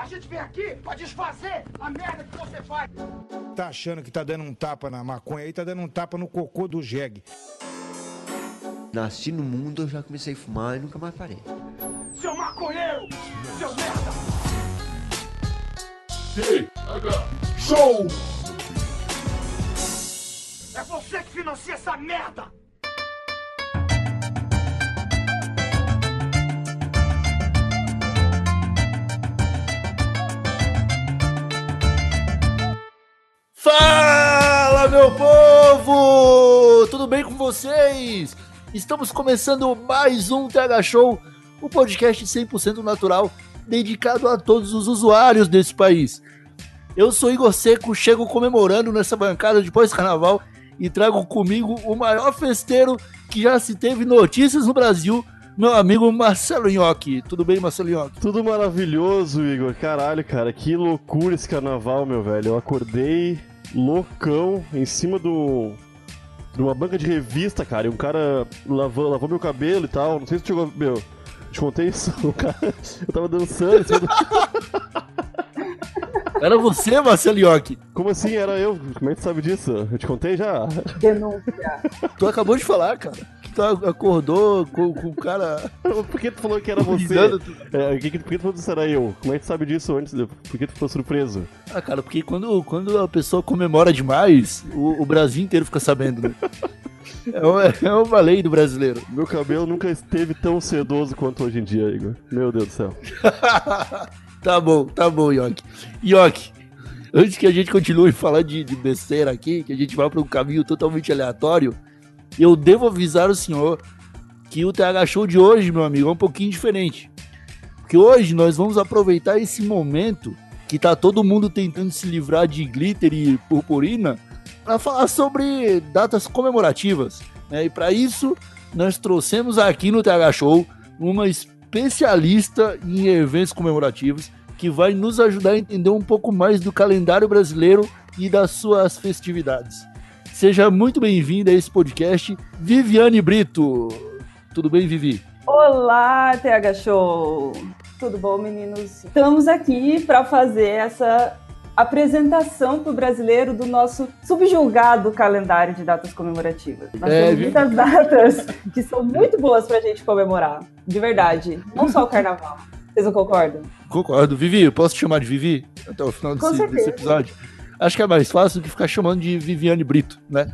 gente vem aqui pra desfazer a merda que você faz. Tá achando que tá dando um tapa na maconha aí, tá dando um tapa no cocô do jegue. Nasci no mundo, eu já comecei a fumar e nunca mais parei. Seu maconheiro! Seu merda! Show! É você que financia essa merda! Fala, meu povo! Tudo bem com vocês? Estamos começando mais um TH Show, o podcast 100% natural dedicado a todos os usuários desse país. Eu sou Igor Seco, chego comemorando nessa bancada de pós-carnaval e trago comigo o maior festeiro que já se teve notícias no Brasil, meu amigo Marcelo Nhoque. Tudo bem, Marcelo Nhoque? Tudo maravilhoso, Igor. Caralho, cara, que loucura esse carnaval, meu velho. Eu acordei loucão em cima de uma banca de revista, cara, e um cara lavou meu cabelo e tal. Não sei se tu chegou, meu, te contei isso. O cara, eu tava dançando em cima do... Era você, Marcelo Nhoque? Como assim? Era eu? Como é que tu sabe disso? Eu te contei já? Denúncia. Tu acabou de falar, cara, que tu acordou com o cara... Por que tu falou que era você? Por que tu falou que isso era eu? Como é que tu sabe disso antes? Por que tu ficou surpreso? Ah, cara, porque quando a pessoa comemora demais, o Brasil inteiro fica sabendo, né? É uma lei do brasileiro. Meu cabelo nunca esteve tão sedoso quanto hoje em dia, Igor. Meu Deus do céu. Tá bom, Nhoque. Nhoque, antes que a gente continue falando de besteira aqui, que a gente vá para um caminho totalmente aleatório, eu devo avisar o senhor que o TH Show de hoje, meu amigo, é um pouquinho diferente. Porque hoje nós vamos aproveitar esse momento que tá todo mundo tentando se livrar de glitter e purpurina para falar sobre datas comemorativas, né? E para isso, nós trouxemos aqui no TH Show uma especialista em eventos comemorativos que vai nos ajudar a entender um pouco mais do calendário brasileiro e das suas festividades. Seja muito bem-vinda a esse podcast, Viviane Brito. Tudo bem, Vivi? Olá, TH Show! Tudo bom, meninos? Estamos aqui para fazer essa apresentação para o brasileiro do nosso subjugado calendário de datas comemorativas. Nós temos muitas datas que são muito boas para a gente comemorar, de verdade. Não só o carnaval. Vocês não concordam? Concordo. Vivi, eu posso te chamar de Vivi até o final desse episódio? Acho que é mais fácil do que ficar chamando de Viviane Brito, né?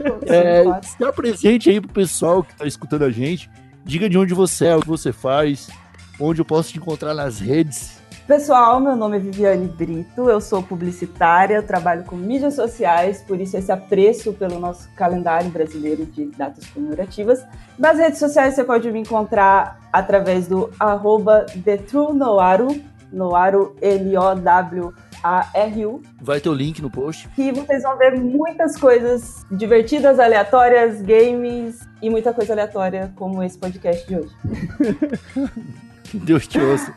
Se apresente aí pro pessoal que tá escutando a gente. Diga de onde você é, o que você faz, onde eu posso te encontrar nas redes. Pessoal, meu nome é Viviane Brito, eu sou publicitária, trabalho com mídias sociais, por isso esse apreço pelo nosso calendário brasileiro de datas comemorativas. Nas redes sociais você pode me encontrar através do @TheTrueNoaru, Noaru, L-O-W-A-R-U. Vai ter o link no post. Que vocês vão ver muitas coisas divertidas, aleatórias, games e muita coisa aleatória como esse podcast de hoje. Deus te ouça.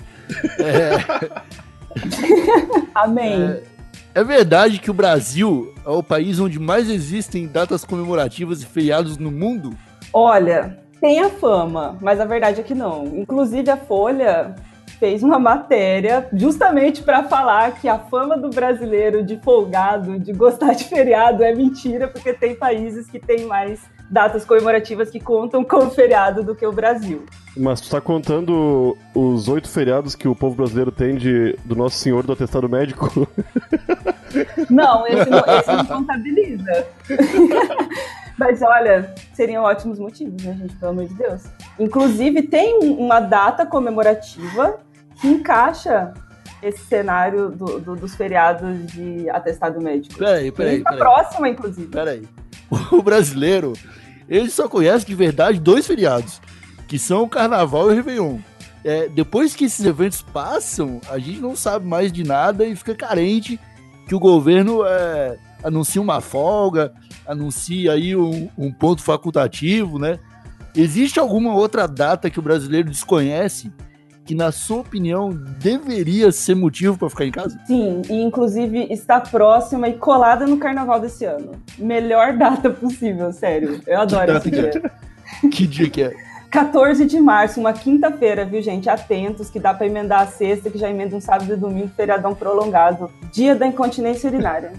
Amém. É verdade que o Brasil é o país onde mais existem datas comemorativas e feriados no mundo? Olha, tem a fama, mas a verdade é que não. Inclusive a Folha fez uma matéria justamente para falar que a fama do brasileiro de folgado, de gostar de feriado é mentira, porque tem países que têm mais datas comemorativas que contam como feriado do que o Brasil. Mas tu tá contando os 8 feriados que o povo brasileiro tem do Nosso Senhor do Atestado Médico? Não, esse não contabiliza. Mas olha, seriam ótimos motivos, né, gente? Pelo amor de Deus. Inclusive, tem uma data comemorativa que encaixa esse cenário dos feriados de atestado médico. Peraí. Próxima, inclusive. Peraí. O brasileiro, ele só conhece de verdade 2 feriados, que são o Carnaval e o Réveillon. Depois que esses eventos passam, a gente não sabe mais de nada e fica carente que o governo anuncia uma folga, anuncia aí um ponto facultativo, né? Existe alguma outra data que o brasileiro desconhece que, na sua opinião, deveria ser motivo para ficar em casa? Sim, e inclusive está próxima e colada no carnaval desse ano. Melhor data possível, sério. Eu adoro esse dia. Que dia que é? 14 de março, uma quinta-feira, viu, gente? Atentos, que dá pra emendar a sexta, que já emenda um sábado e domingo, feriadão prolongado. Dia da incontinência urinária.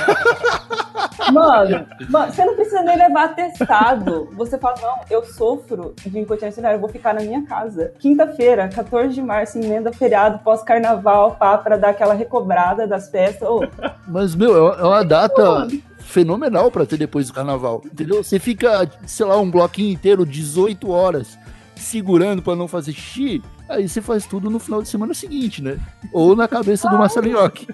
Mano, você não precisa nem levar atestado. Você fala, não, eu sofro de incontinência urinária, eu vou ficar na minha casa. Quinta-feira, 14 de março, emenda feriado, pós-carnaval, pá, pra dar aquela recobrada das festas. Oh. Mas, meu, é uma data fenomenal pra ter depois do carnaval, entendeu? Você fica, sei lá, um bloquinho inteiro, 18 horas, segurando pra não fazer xixi, aí você faz tudo no final de semana seguinte, né? Ou na cabeça do Marcelo Nhoque.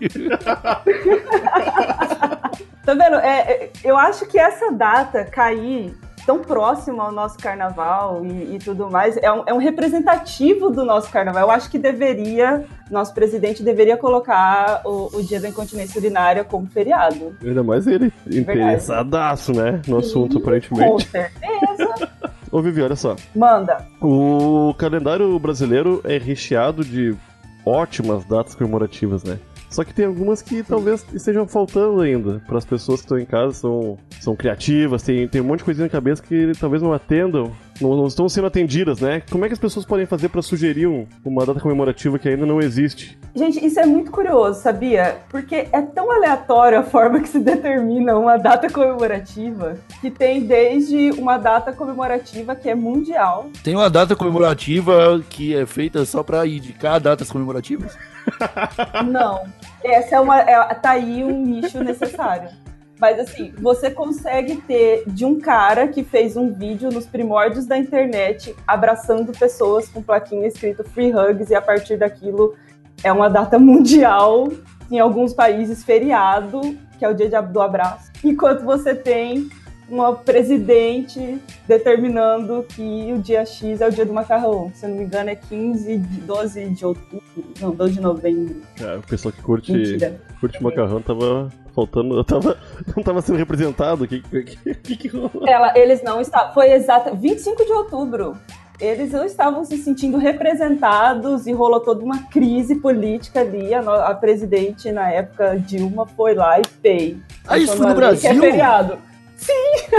Tá vendo? Eu acho que essa data cair tão próximo ao nosso carnaval e tudo mais, é um representativo do nosso carnaval. Eu acho que nosso presidente deveria colocar o dia da incontinência urinária como feriado. Ainda mais ele, interessadaço, né, no assunto, aparentemente. Com certeza. Ô, Vivi, olha só. Manda. O calendário brasileiro é recheado de ótimas datas comemorativas, né? Só que tem algumas que talvez estejam faltando ainda. Para as pessoas que estão em casa, são criativas, tem um monte de coisinha na cabeça que talvez não atendam, não estão sendo atendidas, né? Como é que as pessoas podem fazer para sugerir uma data comemorativa que ainda não existe? Gente, isso é muito curioso, sabia? Porque é tão aleatório a forma que se determina uma data comemorativa, que tem desde uma data comemorativa que é mundial. Tem uma data comemorativa que é feita só para indicar datas comemorativas? Não, essa tá aí um nicho necessário. Mas assim, você consegue ter de um cara que fez um vídeo nos primórdios da internet abraçando pessoas com plaquinha escrito Free Hugs, e a partir daquilo é uma data mundial, em alguns países feriado, que é o dia do abraço. Enquanto você tem uma presidente determinando que o dia X é o dia do macarrão. Se eu não me engano, é 12 de outubro. Não, 12 de novembro. Cara, o pessoal que curte macarrão tava faltando, não tava sendo representado. O que rolou? Eles não estavam. Foi exato 25 de outubro. Eles não estavam se sentindo representados e rolou toda uma crise política ali. A presidente, na época, Dilma, foi lá e fez. Ah, isso foi no Brasil? Que é feriado. Sim!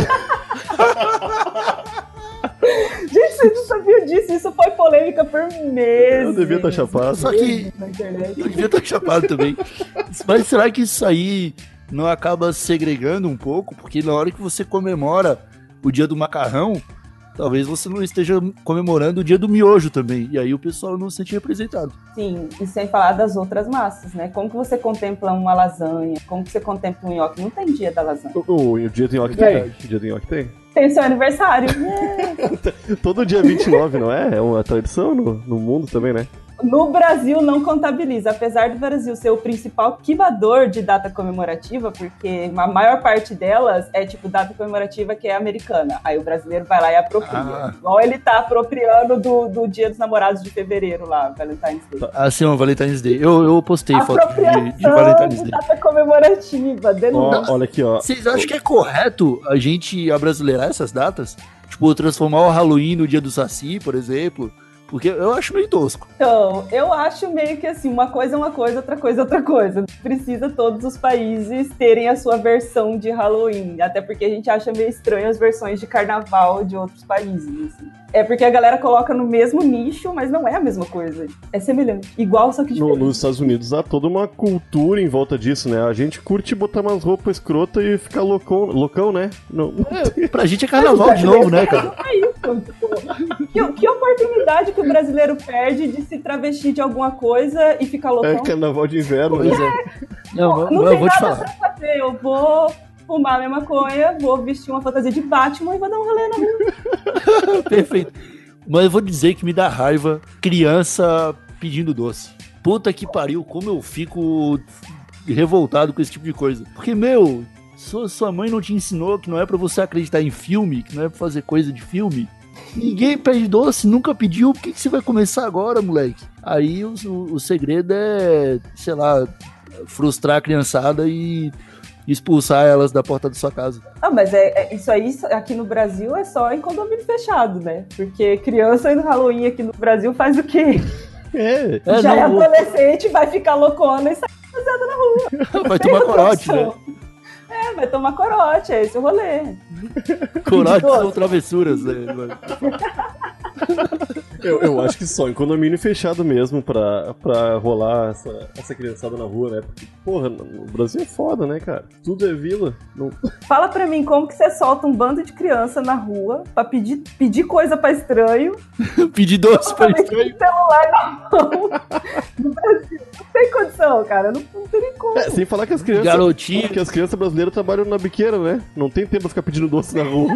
Gente, vocês não sabiam disso? Isso foi polêmica por meses. Eu devia estar chapado. Só que eu devia estar chapado também. Mas será que isso aí não acaba segregando um pouco? Porque na hora que você comemora o dia do macarrão, talvez você não esteja comemorando o dia do miojo também. E aí o pessoal não se sente representado. Sim, e sem falar das outras massas, né? Como que você contempla uma lasanha? Como que você contempla um nhoque? Não tem dia da lasanha. O dia do nhoque tem. O dia do nhoque tem. Tem seu aniversário. Todo dia 29, não é? É uma tradição no mundo também, né? No Brasil não contabiliza, apesar do Brasil ser o principal quibador de data comemorativa, porque a maior parte delas é tipo data comemorativa que é americana. Aí o brasileiro vai lá e apropria. Igual ele tá apropriando do Dia dos Namorados de fevereiro lá, Valentine's Day. Ah, sim, o Valentine's Day. Eu postei foto de Valentine's Day. Data comemorativa, olha aqui, ó. Vocês acham que é correto a gente abrasileirar essas datas? Tipo, transformar o Halloween no dia do Saci, por exemplo? Porque eu acho meio tosco. Então, eu acho meio que assim, uma coisa é uma coisa, outra coisa é outra coisa. Precisa todos os países terem a sua versão de Halloween. Até porque a gente acha meio estranho as versões de carnaval de outros países. Assim. É porque a galera coloca no mesmo nicho, mas não é a mesma coisa. É semelhante. Igual, só que diferente. Nos Estados Unidos há toda uma cultura em volta disso, né? A gente curte botar umas roupas escrotas e ficar loucão, né? Não pra gente é carnaval de novo, né, cara? É isso. Que oportunidade que o brasileiro perde de se travestir de alguma coisa e ficar loucão? É carnaval de inverno, pois né? É. Não tem eu vou te nada falar. pra fazer. Eu vou fumar minha maconha, vou vestir uma fantasia de Batman e vou dar um rolê na rua. Perfeito. Mas eu vou dizer que me dá raiva criança pedindo doce. Puta que pariu, como eu fico revoltado com esse tipo de coisa. Porque, meu, sua mãe não te ensinou que não é pra você acreditar em filme, que não é pra fazer coisa de filme. Ninguém pede doce, nunca pediu, por que você vai começar agora, moleque? Aí o segredo é, sei lá, frustrar a criançada e expulsar elas da porta da sua casa. Ah, mas isso aí aqui no Brasil é só em condomínio fechado, né? Porque criança no Halloween aqui no Brasil faz o quê? Já é adolescente, vai ficar loucona e sai fazendo na rua. Vai tomar corote, né? Vai tomar corote, é esse o rolê. Corotes são travessuras, né? Eu acho que só em condomínio fechado mesmo pra rolar essa criançada na rua, né? Porque, porra, o Brasil é foda, né, cara? Tudo é vila. Não... Fala pra mim como que você solta um bando de criança na rua pra pedir coisa pra estranho. Pedir doce pra estranho. Celular na mão. No Brasil. Não tem condição, cara. Não tem nem como. Sem falar que as crianças... Garotinho. Que as crianças brasileiras trabalham na biqueira, né? Não tem tempo pra ficar pedindo doce na rua.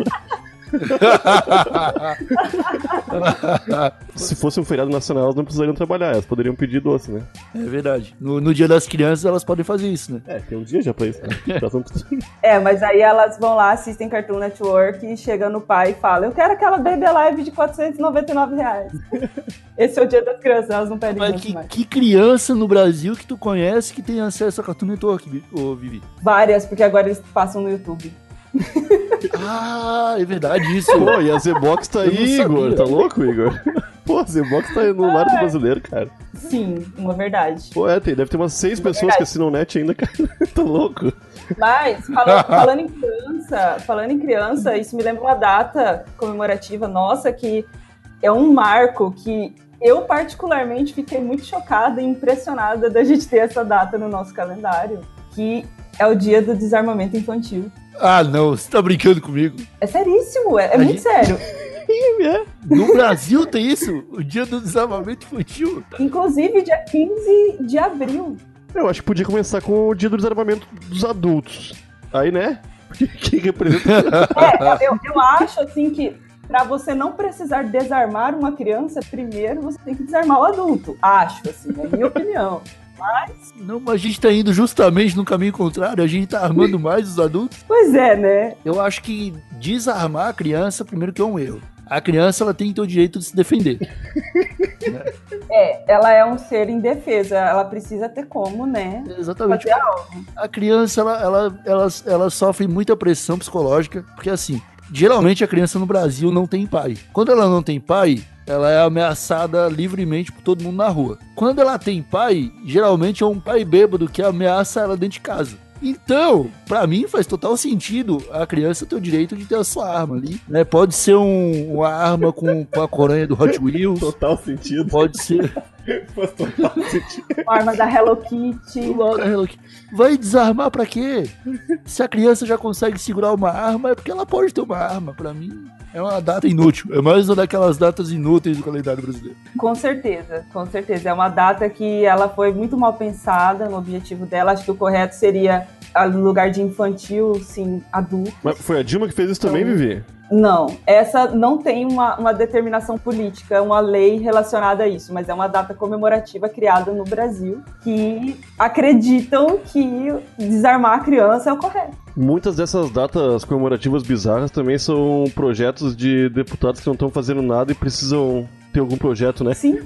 Se fosse um feriado nacional, elas não precisariam trabalhar, elas poderiam pedir doce, né? É verdade. No dia das crianças, elas podem fazer isso, né? Tem um dia já pra isso, né? Mas aí elas vão lá, assistem Cartoon Network e chega no pai e fala: eu quero aquela Baby Alive de R$499. Esse é o dia das crianças, elas não pedem Mas mais. que criança no Brasil que tu conhece que tem acesso a Cartoon Network, ô Vivi? Várias, porque agora eles passam no YouTube. Ah, é verdade isso. Pô, e a Z-Box tá Eu não aí, Igor. sabia. Tá louco, Igor? Pô, a Z-Box tá aí no lar do brasileiro, cara. Sim, uma verdade. Pô, deve ter umas 6 pessoas que assinam net ainda, cara. Tá louco. Mas, falando em criança, isso me lembra uma data comemorativa nossa que é um marco que eu particularmente fiquei muito chocada e impressionada da gente ter essa data no nosso calendário, que é o dia do desarmamento infantil. Ah, não, você tá brincando comigo. É seríssimo, é muito sério. No Brasil tem isso? O dia do desarmamento infantil? Inclusive, dia 15 de abril. Eu acho que podia começar com o dia do desarmamento dos adultos. Aí, né? Quem representa? Eu acho, assim, que pra você não precisar desarmar uma criança, primeiro você tem que desarmar o adulto. Acho, assim, é a minha opinião. Não, mas a gente tá indo justamente no caminho contrário, a gente tá armando mais os adultos. Pois é, né? Eu acho que desarmar a criança, primeiro que é um erro. A criança, ela tem que ter o direito de se defender. Ela é um ser indefesa, ela precisa ter como, né? Exatamente. Fazer algo. A criança, ela sofre muita pressão psicológica, porque assim, geralmente a criança no Brasil não tem pai. Quando ela não tem pai, ela é ameaçada livremente por todo mundo na rua. Quando ela tem pai, geralmente é um pai bêbado que ameaça ela dentro de casa. Então, pra mim faz total sentido a criança ter o direito de ter a sua arma ali, né? Pode ser uma arma com a coranha do Hot Wheels. Total sentido. Pode ser Faz total sentido. A arma da Hello Kitty. Vai desarmar pra quê? Se a criança já consegue segurar uma arma, é porque ela pode ter uma arma. Pra mim, é uma data inútil. É mais uma daquelas datas inúteis do calendário brasileiro. Com certeza, com certeza. É uma data que ela foi muito mal pensada no objetivo dela. Acho que o correto seria, no lugar de infantil, sim, adulto. Mas foi a Dilma que fez isso também, Vivi? Não, essa não tem uma determinação política, uma lei relacionada a isso, mas é uma data comemorativa criada no Brasil que acreditam que desarmar a criança é o correto. Muitas dessas datas comemorativas bizarras também são projetos de deputados que não estão fazendo nada e precisam ter algum projeto, né? Sim.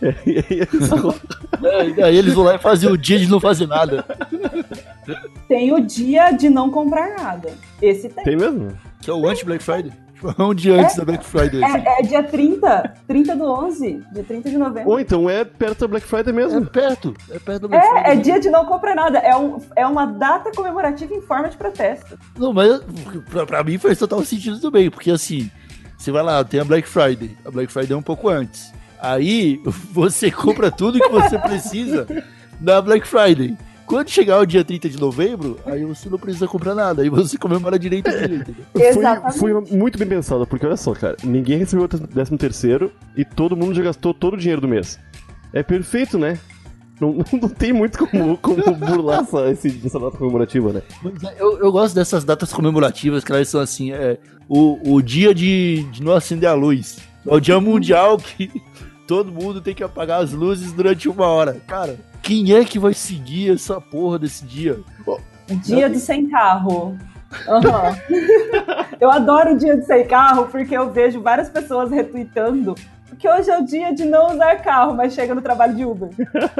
Aí eles vão lá e fazem o dia de não fazer nada. Tem o dia de não comprar nada. Esse tem. Tem mesmo? Que é o anti-Black Friday. É um dia antes da Black Friday. É dia 30 do 11, dia 30 de novembro. Ou então é perto da Black Friday mesmo. É perto da Black Friday. É dia de não comprar nada. É uma data comemorativa em forma de protesto. Não, mas pra mim faz total sentido também, porque assim, você vai lá, tem a Black Friday. A Black Friday é um pouco antes. Aí você compra tudo que você precisa na Black Friday. Quando chegar o dia 30 de novembro, aí você não precisa comprar nada. Aí você comemora direito. Exatamente. Foi muito bem pensado, porque olha só, cara, ninguém recebeu o 13º e todo mundo já gastou todo o dinheiro do mês. É perfeito, né? Não tem muito como burlar essa data comemorativa, né? Eu gosto dessas datas comemorativas, que elas são assim, o dia de não acender a luz. É o dia mundial que todo mundo tem que apagar as luzes durante 1 hora. Cara, quem é que vai seguir essa porra desse dia? Dia do sem carro. Uhum. Eu adoro o dia do sem carro, porque eu vejo várias pessoas retweetando, porque hoje é o dia de não usar carro, mas chega no trabalho de Uber.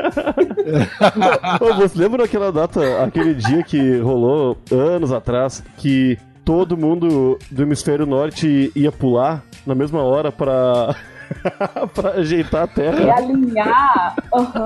Você lembra daquela data, aquele dia que rolou anos atrás, que todo mundo do hemisfério norte ia pular na mesma hora pra ajeitar a terra? E alinhar.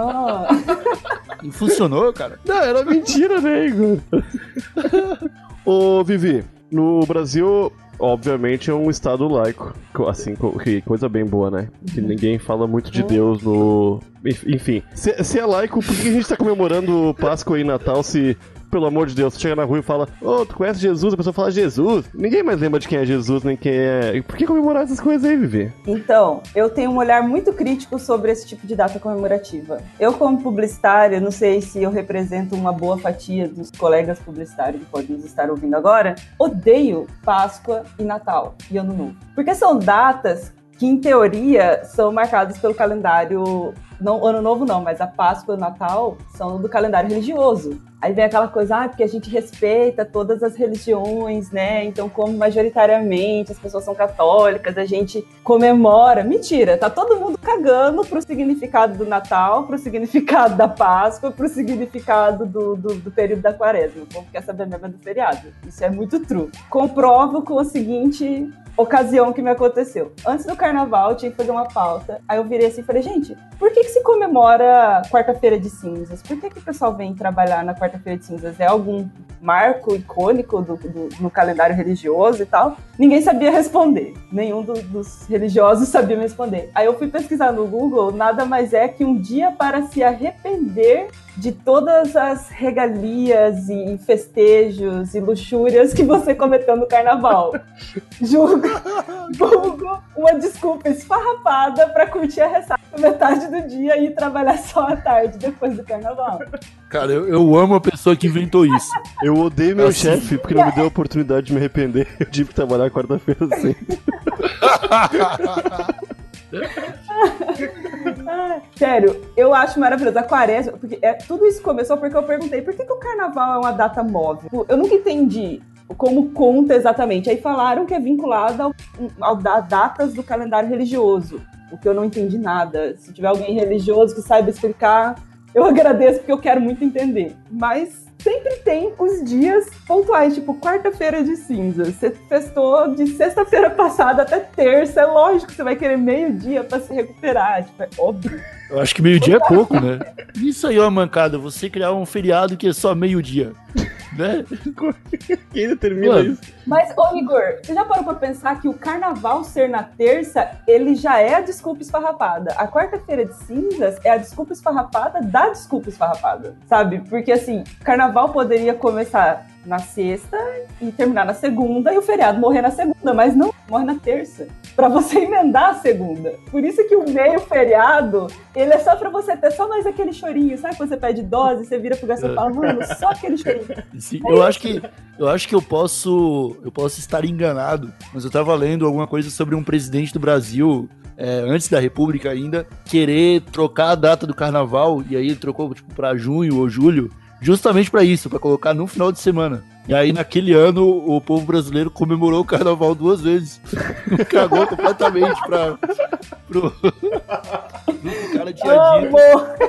E funcionou, cara? Não, era mentira, né, Igor? Ô, Vivi, no Brasil obviamente, é um estado laico. Assim, que coisa bem boa, né? Que ninguém fala muito de Deus no... Enfim, se é laico, por que a gente tá comemorando Páscoa e Natal se... Pelo amor de Deus, você chega na rua e fala, tu conhece Jesus? A pessoa fala, Jesus? Ninguém mais lembra de quem é Jesus, nem quem é... Por que comemorar essas coisas aí, Vivi? Então, eu tenho um olhar muito crítico sobre esse tipo de data comemorativa. Eu, como publicitária, não sei se eu represento uma boa fatia dos colegas publicitários que podem nos estar ouvindo agora, odeio Páscoa e Natal e Ano Novo. Porque são datas que, em teoria, são marcadas pelo calendário... Não, Ano Novo não, mas a Páscoa e o Natal são do calendário religioso. Aí vem aquela coisa, porque a gente respeita todas as religiões, né? Então, como majoritariamente as pessoas são católicas, a gente comemora. Mentira, tá todo mundo cagando pro significado do Natal, pro significado da Páscoa, pro significado do período da Quaresma. O povo quer saber mesmo do feriado. Isso é muito true. Comprovo com a seguinte ocasião que me aconteceu. Antes do carnaval, eu tinha que fazer uma pauta. Aí eu virei assim e falei, gente, por que se comemora quarta-feira de cinzas? Por que o pessoal vem trabalhar na quarta-feira de cinzas? É algum marco icônico no calendário religioso e tal? Ninguém sabia responder. Nenhum dos religiosos sabia me responder. Aí eu fui pesquisar no Google, nada mais é que um dia para se arrepender de todas as regalias e festejos e luxúrias que você cometeu no carnaval. Julgo uma desculpa esfarrapada para curtir a ressaca metade do dia e ir trabalhar só à tarde depois do carnaval. Cara, eu amo a pessoa que inventou isso. Eu odeio meu chefe porque não me deu a oportunidade de me arrepender. Eu tive que trabalhar quarta-feira sempre. Sério, eu acho maravilhoso. A Quaresma, porque tudo isso começou porque eu perguntei por que o carnaval é uma data móvel. Eu nunca entendi como conta exatamente. Aí falaram que é vinculado a datas do calendário religioso, o que eu não entendi nada. Se tiver alguém religioso que saiba explicar, eu agradeço porque eu quero muito entender. Mas sempre tem os dias pontuais, tipo quarta-feira de cinzas. Você festou de sexta-feira passada até terça. É lógico que você vai querer meio-dia pra se recuperar. Tipo, é óbvio. Eu acho que meio-dia é pouco, né? Isso aí é uma mancada. Você criar um feriado que é só meio-dia, né? Quem determina isso? Mas, ô Igor, você já parou pra pensar que o carnaval ser na terça, ele já é a desculpa esfarrapada. A quarta-feira de cinzas é a desculpa esfarrapada da desculpa esfarrapada, sabe? Porque, assim, carnaval poderia começar na sexta e terminar na segunda e o feriado morrer na segunda, mas não, morre na terça, pra você emendar a segunda. Por isso que o meio feriado, ele é só pra você ter só mais aquele chorinho, sabe? Quando você pede dose, você vira pro garçom e fala, mano, só aquele chorinho. Sim, eu acho que eu posso estar enganado, mas eu tava lendo alguma coisa sobre um presidente do Brasil, antes da República ainda, querer trocar a data do carnaval, e aí ele trocou tipo pra junho ou julho, justamente pra isso, pra colocar no final de semana. E aí, naquele ano, o povo brasileiro comemorou o carnaval 2 vezes. Cagou completamente pro cara tinha dito.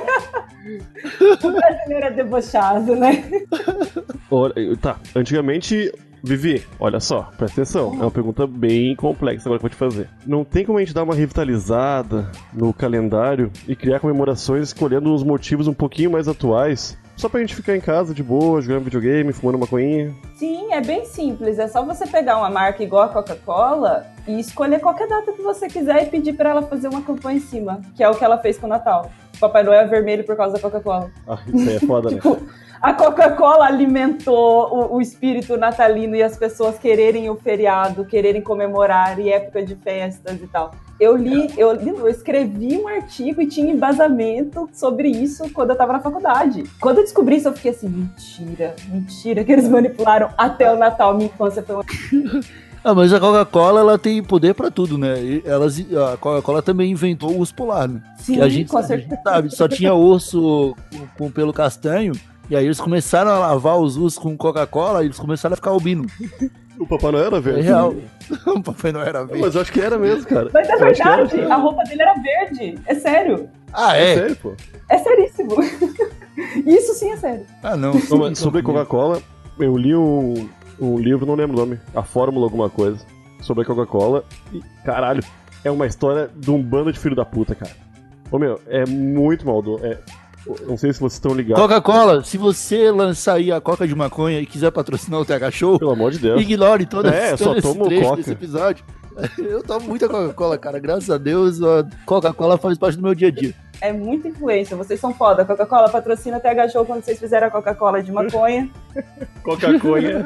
O brasileiro é debochado, né? Tá, antigamente... Vivi, olha só, presta atenção, é uma pergunta bem complexa agora que eu vou te fazer. Não tem como a gente dar uma revitalizada no calendário e criar comemorações escolhendo uns motivos um pouquinho mais atuais, só pra gente ficar em casa de boa, jogando videogame, fumando maconhinha? Sim, é bem simples, é só você pegar uma marca igual a Coca-Cola e escolher qualquer data que você quiser e pedir pra ela fazer uma campanha em cima, que é o que ela fez com o Natal. O Papai Noel é vermelho por causa da Coca-Cola. Ah, isso aí é foda, né? A Coca-Cola alimentou o espírito natalino e as pessoas quererem o feriado, quererem comemorar e época de festas e tal. Eu escrevi um artigo e tinha embasamento sobre isso quando eu tava na faculdade. Quando eu descobri isso, eu fiquei assim, mentira que eles manipularam até o Natal. Minha infância foi uma... Ah, mas a Coca-Cola, ela tem poder pra tudo, né? A Coca-Cola também inventou o urso polar, né? Sim, que a gente sabe, só tinha urso com pelo castanho, e aí eles começaram a lavar os ursos com Coca-Cola e eles começaram a ficar albino. O Papai Noel era verde? É real. O Papai Noel era verde. Mas eu acho que era mesmo, cara. Mas é verdade, a roupa dele era verde. É sério. Ah, é? É sério, pô? É seríssimo. Isso sim é sério. Ah, não. Sobre Coca-Cola, eu li um livro, não lembro o nome, a fórmula alguma coisa, sobre a Coca-Cola, e, caralho, é uma história de um bando de filho da puta, cara. Ô, meu, é muito maldoso, Não sei se vocês estão ligados. Coca-Cola, se você lançar aí a Coca de maconha e quiser patrocinar o TH Show, Pelo amor de Deus. ignore todo Só esse tomo trecho Coca. desse episódio. Eu tomo muita Coca-Cola, cara. Graças a Deus, a Coca-Cola faz parte do meu dia a dia. É muita influência, vocês são foda. Coca-Cola patrocina a TH Show quando vocês fizeram a Coca-Cola de maconha. Coca-Cola.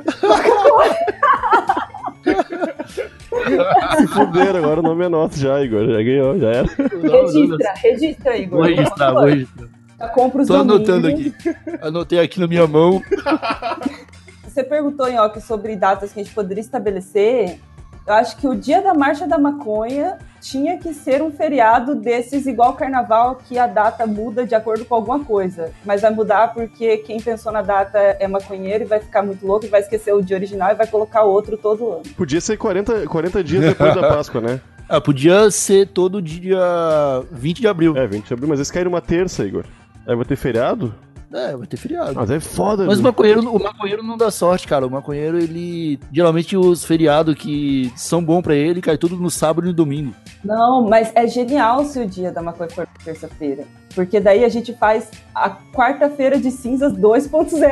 Se fuderam, agora o nome é nosso já, Igor. Já ganhou, já era. Registra, Igor. Vou registrar. Já compra os Tô anotando domínios. aqui. Anotei aqui na minha mão. Você perguntou, Nhoque, sobre datas que a gente poderia estabelecer. Eu acho que o dia da Marcha da Maconha tinha que ser um feriado desses igual o Carnaval, que a data muda de acordo com alguma coisa. Mas vai mudar porque quem pensou na data é maconheiro e vai ficar muito louco e vai esquecer o dia original e vai colocar outro todo ano. Podia ser 40 dias depois da Páscoa, né? Podia ser todo dia 20 de abril. 20 de abril, mas esse cai numa terça, Igor. Aí vai ter feriado? Vai ter feriado. Mas é foda, Mas o meu. maconheiro não dá sorte, cara. O maconheiro, ele... Geralmente os feriados que são bons pra ele, cai tudo no sábado e no domingo. Não, mas é genial se o dia da maconha for terça-feira. Porque daí a gente faz a quarta-feira de cinzas 2.0.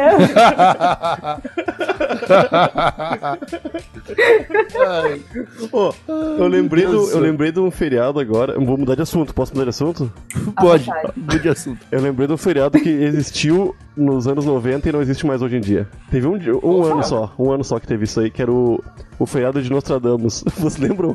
Pô, eu lembrei de um feriado agora. Vou mudar de assunto. Posso mudar de assunto? Pode, mude de assunto. Eu lembrei de um feriado que existiu nos anos 90 e não existe mais hoje em dia. Teve um ano só que teve isso aí, que era o feriado de Nostradamus. Vocês lembram?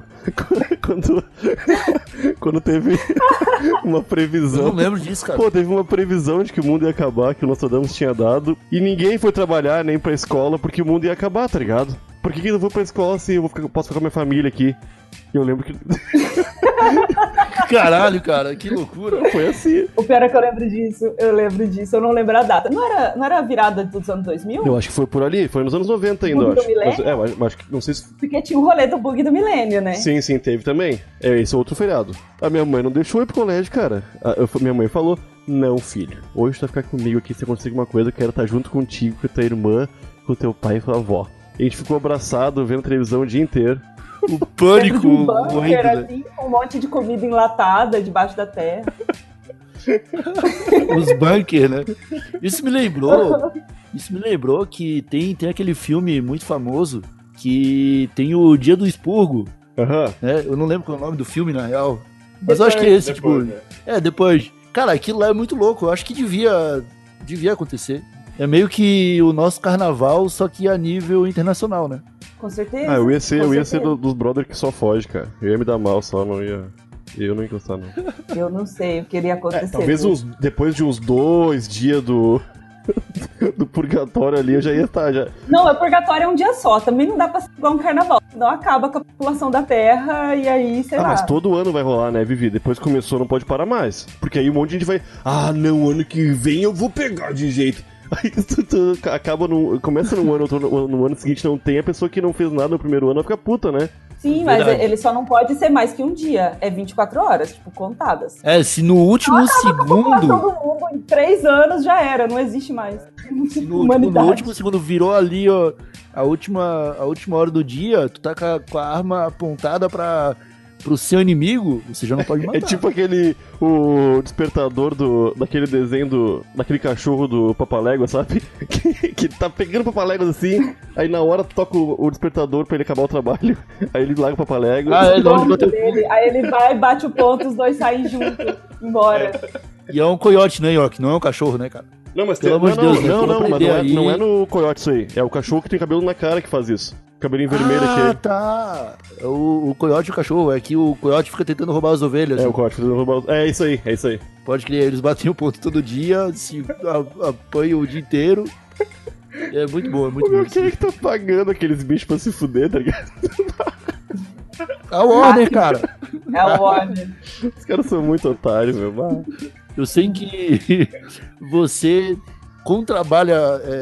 Quando teve uma previsão. Eu não lembro disso, cara. Pô, teve uma previsão de que o mundo ia acabar, que o Nostradamus tinha dado, e ninguém foi trabalhar nem pra escola porque o mundo ia acabar, tá ligado? Por que eu não vou pra escola se eu posso ficar com a minha família aqui? E eu lembro que... Caralho, cara, que loucura. Foi assim. O pior é que eu lembro disso, eu não lembro a data. Não era a virada dos anos 2000? Eu acho que foi por ali, foi nos anos 90 ainda, eu Bug do acho. milênio? Mas acho que, não sei se... Porque tinha o rolê do bug do milênio, né? Sim, teve também. Esse é outro feriado. A minha mãe não deixou eu ir pro colégio, cara. Minha mãe falou, não, filho, hoje tu vai ficar comigo aqui, se acontecer alguma coisa, eu quero estar junto contigo, com a tua irmã, com o teu pai e com a avó. E a gente ficou abraçado, vendo televisão o dia inteiro. O pânico De um bunker, horrível, né? assim, com um monte de comida enlatada debaixo da terra. Os bunkers, né? Isso me lembrou que tem aquele filme muito famoso que tem o Dia do Expurgo. Aham. Né? Eu não lembro qual é o nome do filme, na real. Mas eu acho que é esse, depois. Cara, aquilo lá é muito louco. Eu acho que devia acontecer. É meio que o nosso carnaval, só que a nível internacional, né? Com certeza. Eu ia ser dos brothers que só foge, cara. Eu ia me dar mal só, não ia... Eu não ia encostar, não. Eu não sei o que iria acontecer. Talvez depois de uns 2 dias do purgatório ali, eu já ia estar, já. Não, o purgatório é um dia só. Também não dá pra ser igual um carnaval. Não acaba com a população da Terra e aí, sei lá. Mas todo ano vai rolar, né, Vivi? Depois que começou, não pode parar mais. Porque aí um monte de gente vai... não, ano que vem eu vou pegar de jeito. Aí tu acaba começa no ano seguinte não tem, a pessoa que não fez nada no primeiro ano vai ficar puta, né? Sim, mas ele só não pode ser mais que um dia. É 24 horas, tipo, contadas. Se no último segundo... Todo mundo em 3 anos já era, não existe mais. Se no último segundo virou ali, ó, a última hora do dia, tu tá com a arma apontada pro seu inimigo, você já não pode matar. É tipo o despertador daquele desenho daquele cachorro do Papalégua, sabe? Que tá pegando Papaléguas assim, aí na hora toca o despertador pra ele acabar o trabalho, aí ele larga o Papalégua. Aí ele vai, bate o ponto, os dois saem juntos, embora. E é um coiote, né, York? Não é um cachorro, né, cara? Não, mas pelo amor de Deus, mas não é no coiote isso aí. É o cachorro que tem cabelo na cara que faz isso. Cabelinho vermelho aqui. Ah, tá. O coiote e o cachorro. É que o coiote fica tentando roubar as ovelhas. O coiote fica tentando roubar. É isso aí. Pode crer, eles batem o ponto todo dia, se apanham o dia inteiro. É muito bom, é muito bom. Quem é que tá pagando aqueles bichos pra se fuder, tá ligado? É o Warner, cara. É o Warner. Os caras são muito otários, meu. Eu sei que você, como trabalha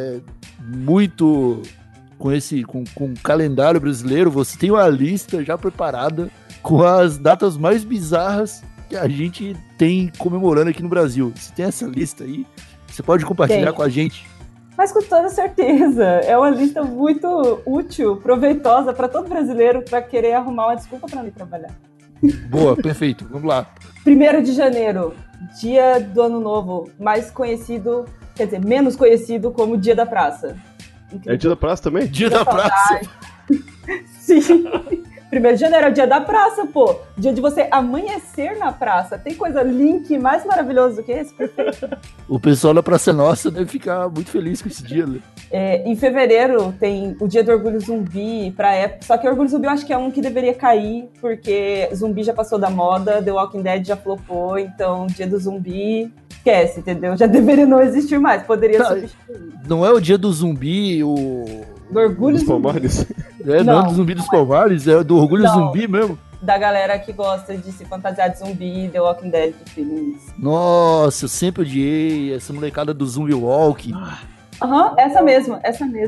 muito com o calendário brasileiro, você tem uma lista já preparada com as datas mais bizarras que a gente tem comemorando aqui no Brasil. Você tem essa lista aí? Você pode compartilhar com a gente? Mas com toda certeza. É uma lista muito útil, proveitosa para todo brasileiro para querer arrumar uma desculpa para não ir trabalhar. Boa, perfeito. Vamos lá. 1º de janeiro, dia do Ano Novo, mais conhecido, quer dizer, menos conhecido como Dia da Praça. É dia da praça também? Dia da praça. Sim. 1º de janeiro é o dia da praça, pô. Dia de você amanhecer na praça. Tem coisa link mais maravilhoso do que esse? Perfeito. O pessoal da Praça Nossa deve ficar muito feliz com esse dia, né? Em fevereiro tem o dia do Orgulho Zumbi pra época. Só que o Orgulho Zumbi eu acho que é um que deveria cair, porque zumbi já passou da moda, The Walking Dead já flopou, então dia do zumbi, esquece, entendeu? Já deveria não existir mais, poderia substituir. Não é o dia do zumbi, Do Orgulho Dos Zumbi. Palmares? não é do zumbi dos Palmares, é do Orgulho Não. Zumbi mesmo. Da galera que gosta de se fantasiar de zumbi, The Walking Dead, filmes. Nossa, eu sempre odiei essa molecada do Zumbi Walk. Aham, essa mesma.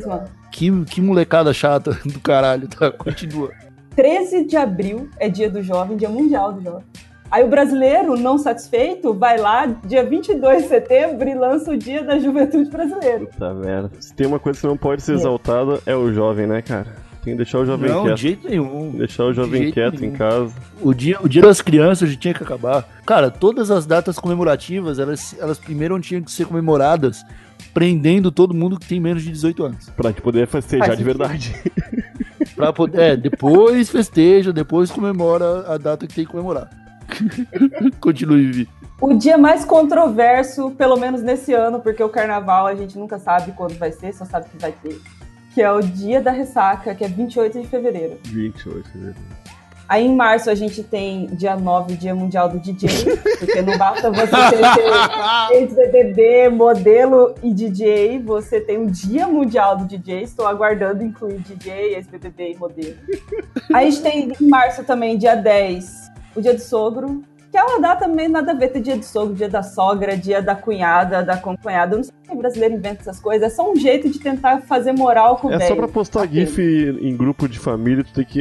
Que molecada chata do caralho, tá? Continua. 13 de abril é dia do jovem, dia mundial do jovem. Aí o brasileiro, não satisfeito, vai lá, dia 22 de setembro, e lança o dia da juventude brasileira. Puta merda. Se tem uma coisa que não pode ser exaltada, é o jovem, né, cara? Tem que deixar o jovem Não, quieto. de jeito nenhum. Deixar o jovem jeito quieto nenhum. em casa. O dia das crianças já tinha que acabar. Cara, todas as datas comemorativas, elas primeiro tinham que ser comemoradas prendendo todo mundo que tem menos de 18 anos. Pra gente poder festejar Faz de sentido. verdade. Pra poder, depois festeja, depois comemora a data que tem que comemorar. Continue, Vivi. O dia mais controverso, pelo menos nesse ano, porque o carnaval a gente nunca sabe quando vai ser, só sabe que vai ter. Que é o dia da ressaca, que é 28 de fevereiro. 28, né? Aí em março a gente tem dia 9, Dia Mundial do DJ, porque não basta você ter ex-BBB, modelo e DJ, você tem um Dia Mundial do DJ, estou aguardando incluir DJ, ex-BBB e modelo. Aí a gente tem em março também, dia 10, o Dia do Sogro, que é uma data meio nada a ver, tem dia do sogro, dia da sogra, dia da cunhada, da concunhada. Eu não sei se o brasileiro inventa essas coisas, é só um jeito de tentar fazer moral com o É velho. só pra postar GIF em grupo de família, tu tem que...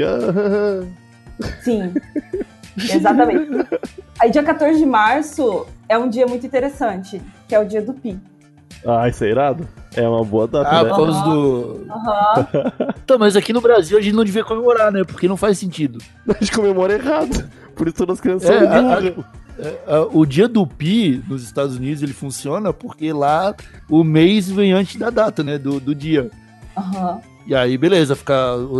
Sim, exatamente. Aí dia 14 de março é um dia muito interessante, que é o dia do Pi. Ah, isso é irado? É uma boa data, Ah, né? por causa do... Aham. Então, mas aqui no Brasil a gente não devia comemorar, né? Porque não faz sentido. A gente comemora errado. Por isso todas as crianças são burras. O dia do Pi nos Estados Unidos ele funciona porque lá o mês vem antes da data, né? Do dia. Aham. E aí, beleza, fica o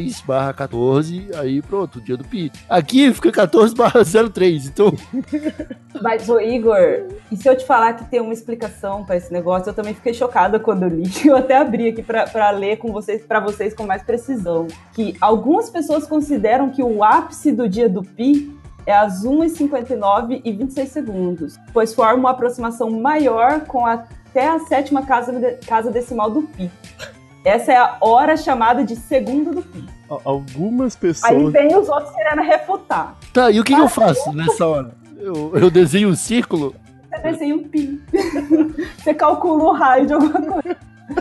3/14, aí pronto, o dia do Pi. Aqui fica 14/03, então... Mas, ô Igor, e se eu te falar que tem uma explicação pra esse negócio? Eu também fiquei chocada quando eu li. Eu até abri aqui pra ler com vocês, pra vocês com mais precisão. Que algumas pessoas consideram que o ápice do dia do Pi é às 1h59 e 26 segundos, pois forma uma aproximação maior com até a 7ª casa decimal do Pi. Essa é a hora chamada de segundo do Pi. Algumas Aí pessoas... vem os outros querendo refutar. Tá, e o que eu faço nessa hora? Eu desenho um círculo? Você desenha um pi. Você calcula o raio de alguma coisa.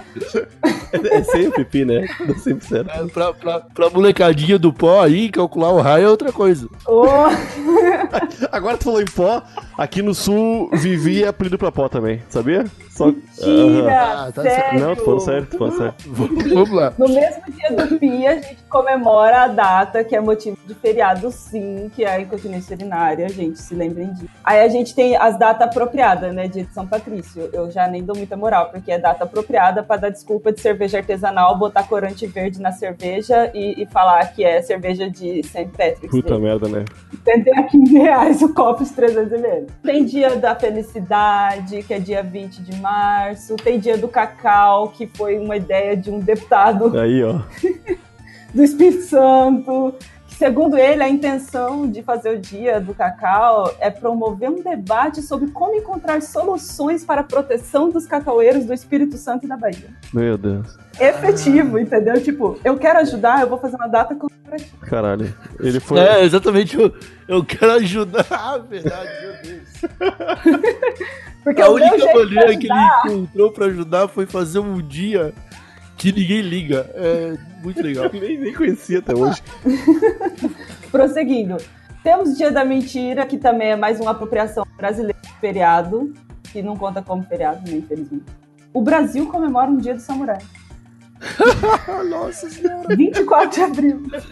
É sempre pi, né? Não sempre certo. Pra molecadinha do pó aí, calcular o raio é outra coisa. Oh, Agora tu falou em pó, aqui no sul, Vivi é apelido pra pó também, sabia? Só... mentira! Ah, tá sério! Não, tu falou certo, tu falou certo. Vamos lá. No mesmo dia do Pi, a gente comemora a data, que é motivo de feriado, sim, que é a incontinência urinária, gente, se lembrem disso. Aí a gente tem as datas apropriadas, né, dia de São Patrício. Eu já nem dou muita moral, porque é data apropriada pra dar desculpa de cerveja artesanal, botar corante verde na cerveja e falar que é cerveja de St. Patrick's Puta Day. merda, né? Tem a R$15 o copo de 300 ml. Tem dia da felicidade, que é dia 20 de março. Tem dia do cacau, que foi uma ideia de um deputado Aí, ó. do Espírito Santo. Que, segundo ele, a intenção de fazer o dia do cacau é promover um debate sobre como encontrar soluções para a proteção dos cacaueiros do Espírito Santo e da Bahia. Meu Deus. Efetivo, entendeu? Tipo, eu quero ajudar, eu vou fazer uma data comemorativa. Caralho. Ele foi... É, exatamente. Eu quero ajudar. Ah, verdade, meu Deus. Porque A o meu única jeito de maneira que ele ajudar... encontrou pra ajudar foi fazer um dia que ninguém liga. É muito legal. nem conhecia até hoje. Prosseguindo. Temos o Dia da Mentira, que também é mais uma apropriação brasileira de feriado, que não conta como feriado, né, infelizmente. O Brasil comemora um Dia do Samurai. Nossa senhora. 24 de abril.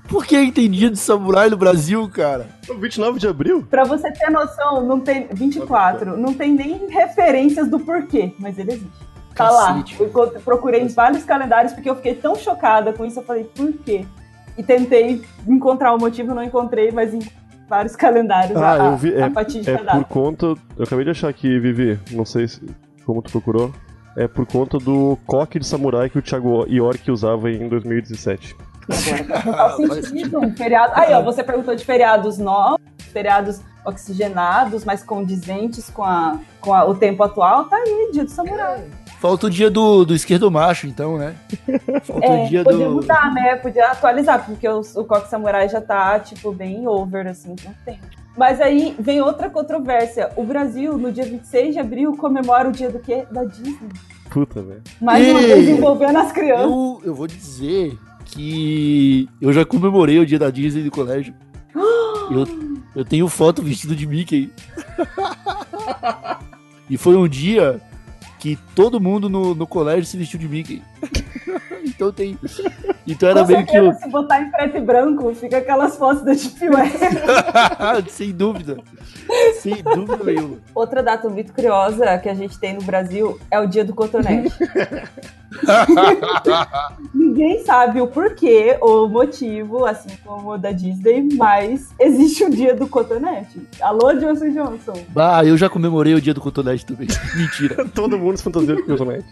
Por que tem dia de samurai no Brasil, cara? 29 de abril? Pra você ter noção, não tem 24, não tem nem referências do porquê, mas ele existe. Tá Cacete. lá. Eu procurei em vários calendários porque eu fiquei tão chocada com isso, eu falei, por quê? E tentei encontrar o motivo, não encontrei, mas em vários calendários eu vi. a fatídica É data. por conta. Eu acabei de achar aqui, Vivi, não sei como tu procurou. É por conta do coque de samurai que o Thiago York usava em 2017. Não faz sentido, um feriado. Aí, ó, você perguntou de feriados novos, feriados oxigenados, mas condizentes com o tempo atual, tá aí, dia do samurai. Falta o dia do esquerdo macho, então, né? Falta o dia podia do... mudar, né? Podia atualizar, porque o coque samurai já tá, tipo, bem over, assim, não tem. Mas aí vem outra controvérsia. O Brasil, no dia 26 de abril, comemora o dia do quê? Da Disney. Puta, velho. Mais uma vez envolvendo as crianças. Eu vou dizer que eu já comemorei o dia da Disney do colégio. Eu tenho foto vestido de Mickey. E foi um dia que todo mundo no colégio se vestiu de Mickey. Então era Com meio que... certeza, se botar em preto e branco, fica aquelas fotos da Deep Web. Sem dúvida. Sem dúvida nenhuma. Outra data muito curiosa que a gente tem no Brasil é o dia do cotonete. Ninguém sabe o porquê ou o motivo, assim como o da Disney, mas existe o dia do cotonete. Alô, Johnson Johnson. Bah, eu já comemorei o dia do cotonete também. Mentira. Todo mundo se fantasiou de cotonete.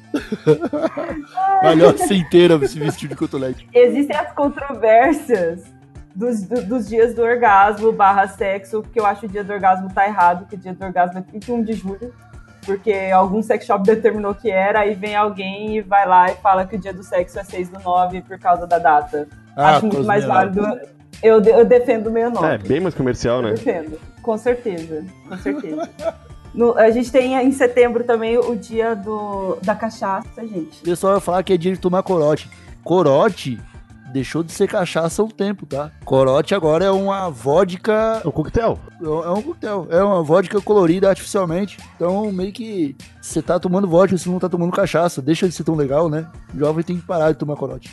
A nossa inteira se vestiu de cotonete. Existem as controvérsias dos dias do orgasmo / sexo, porque eu acho que o dia do orgasmo tá errado, que o dia do orgasmo é 31 de julho, porque algum sex shop determinou que era, aí vem alguém e vai lá e fala que o dia do sexo é 6/9 por causa da data. Acho muito mais válido. Eu defendo o meu nome. É, bem mais comercial, né? Eu defendo, com certeza, com certeza. A gente tem em setembro também o dia da cachaça, gente. O pessoal vai falar que é dia de tomar corote. Corote deixou de ser cachaça há um tempo, tá? Corote agora é uma vodka... É um coquetel. É um coquetel. É uma vodka colorida artificialmente. Então, meio que você tá tomando vodka, você não tá tomando cachaça. Deixa de ser tão legal, né? O jovem tem que parar de tomar corote.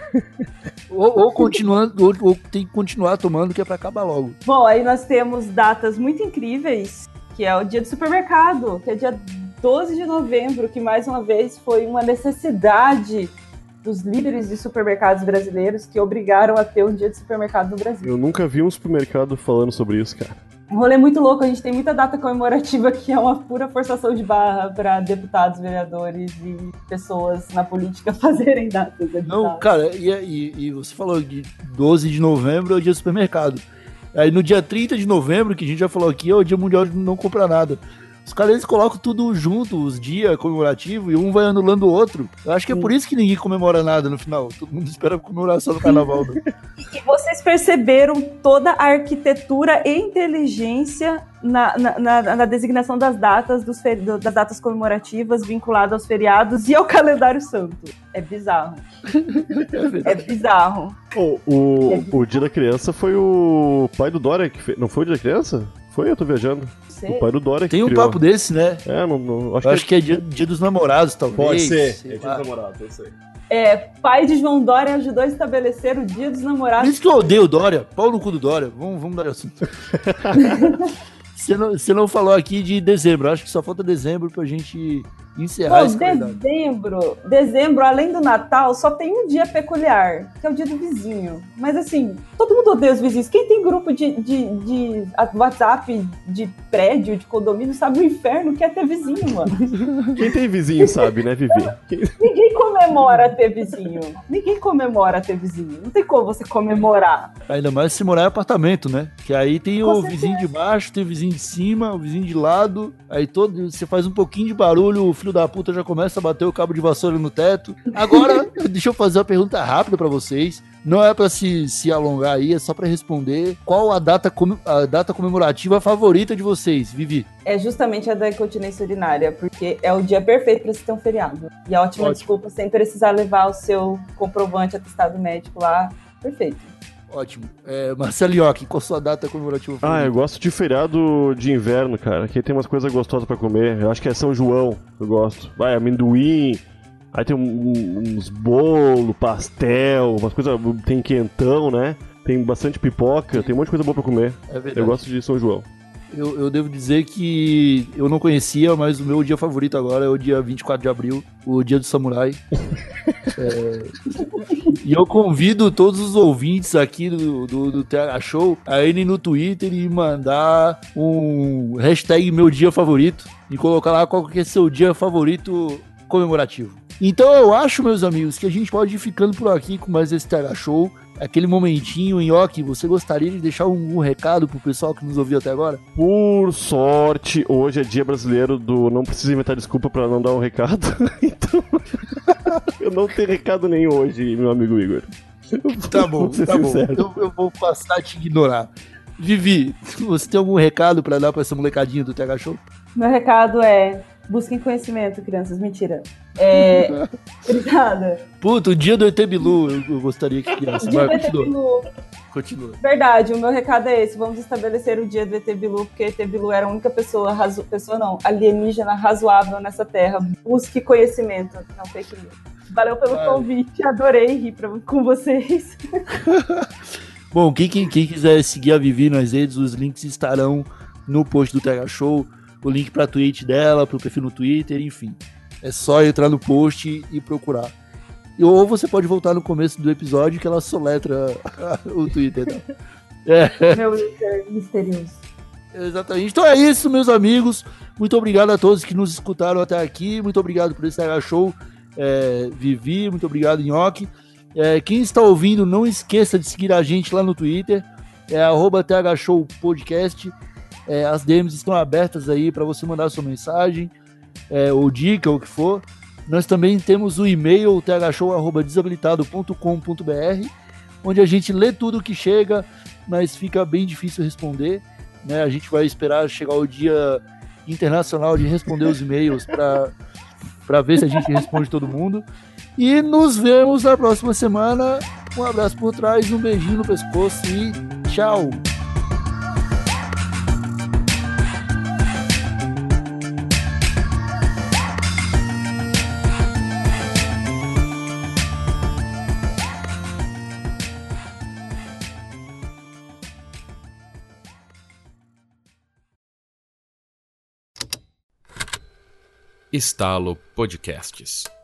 ou tem que continuar tomando, que é pra acabar logo. Bom, aí nós temos datas muito incríveis, que é o dia do supermercado, que é dia 12 de novembro, que mais uma vez foi uma necessidade dos líderes de supermercados brasileiros que obrigaram a ter um dia de supermercado no Brasil. Eu nunca vi um supermercado falando sobre isso, cara. Um rolê muito louco, a gente tem muita data comemorativa que é uma pura forçação de barra para deputados, vereadores e pessoas na política fazerem datas. Não, cara, e você falou que 12 de novembro é o dia do supermercado. Aí no dia 30 de novembro, que a gente já falou aqui, é o dia mundial de não comprar nada. Os caras, eles colocam tudo junto, os dias comemorativos, e um vai anulando o outro. Eu acho que é por isso que ninguém comemora nada no final. Todo mundo espera comemorar só no carnaval. Né? E vocês perceberam toda a arquitetura e inteligência na designação das datas, das datas comemorativas vinculadas aos feriados e ao calendário santo. É bizarro. É bizarro. O dia da criança foi o pai do Dória que fez. Não foi o dia da criança? Foi? Eu tô viajando. O pai do Dória que tem um criou. Papo desse, né? Acho que é dia dos namorados, talvez. Pode ser. É dia dos namorados, eu sei. Pai de João Dória ajudou a estabelecer o dia dos namorados. Por isso que eu odeio o Dória. Pau no cu do Dória. Vamos dar assunto. Você não falou aqui de dezembro. Acho que só falta dezembro pra gente encerrar esse calendário. Dezembro, além do Natal, só tem um dia peculiar, que é o dia do vizinho. Mas assim, todo mundo odeia os vizinhos. Quem tem grupo de WhatsApp, de prédio, de condomínio, sabe o inferno que é ter vizinho, mano. Quem tem vizinho sabe, né, Vivi? Ninguém comemora ter vizinho. Ninguém comemora ter vizinho. Não tem como você comemorar. Ainda mais se morar em apartamento, né? Que aí tem Com o certeza. vizinho de baixo, tem o vizinho de cima, o vizinho de lado. Aí você faz um pouquinho de barulho, o filho da puta já começa a bater o cabo de vassoura no teto. Agora, deixa eu fazer uma pergunta rápida pra vocês. Não é pra se alongar aí, é só pra responder. Qual a data comemorativa favorita de vocês, Vivi? É justamente a da incontinência urinária, porque é o dia perfeito pra se ter um feriado. E a ótima desculpa sem precisar levar o seu comprovante atestado médico lá. Perfeito. Ótimo. Marcelo Iocchi, qual a sua data comemorativa favorita? Eu gosto de feriado de inverno, cara. Aqui tem umas coisas gostosas pra comer. Eu acho que é São João, eu gosto. Vai, amendoim. Aí tem uns bolo, pastel, umas coisas, tem quentão, né? tem bastante pipoca, tem um monte de coisa boa pra comer. É verdade. Eu gosto de São João. Eu devo dizer que eu não conhecia, mas o meu dia favorito agora é o dia 24 de abril, o dia do samurai. E eu convido todos os ouvintes aqui do TH Show a irem no Twitter e mandar um hashtag meu dia favorito e colocar lá qual que é seu dia favorito comemorativo. Então eu acho, meus amigos, que a gente pode ir ficando por aqui com mais esse TH Show. Aquele momentinho, Nhoque, você gostaria de deixar um recado pro pessoal que nos ouviu até agora? Por sorte, hoje é dia brasileiro do não precisa inventar desculpa pra não dar um recado. Então, eu não tenho recado nenhum hoje, meu amigo Igor. Tá bom, tá bom. Eu vou passar a te ignorar. Vivi, você tem algum recado pra dar pra essa molecadinha do TH Show? Meu recado é: busquem conhecimento, crianças. Mentira. Obrigada. Puta, o dia do ET Bilu, eu gostaria que criasse. Dia do Vai, ET Bilu. continua. Verdade, o meu recado é esse. Vamos estabelecer o dia do ET Bilu, porque ET Bilu era a única alienígena razoável nessa terra. Busque conhecimento, não fake news. Valeu pelo convite, adorei rir com vocês. Bom, quem quiser seguir a Vivi nas redes, os links estarão no post do TH Show, o link pra tweet dela, pro perfil no Twitter, enfim. É só entrar no post e procurar. Ou você pode voltar no começo do episódio que ela soletra o Twitter. Tá? Meu Twitter misterioso. Exatamente. Então é isso, meus amigos. Muito obrigado a todos que nos escutaram até aqui. Muito obrigado por esse TH Show. Vivi, muito obrigado, Nhoque. Quem está ouvindo, não esqueça de seguir a gente lá no Twitter. @TH Show Podcast. As DMs estão abertas aí para você mandar sua mensagem, ou dica, ou o que for. Nós também temos o e-mail thshow@desabilitado.com.br, onde a gente lê tudo que chega, mas fica bem difícil responder, né? A gente vai esperar chegar o dia internacional de responder os e-mails para ver se a gente responde todo mundo. E nos vemos na próxima semana. Um abraço por trás, um beijinho no pescoço e tchau! Estalo Podcasts.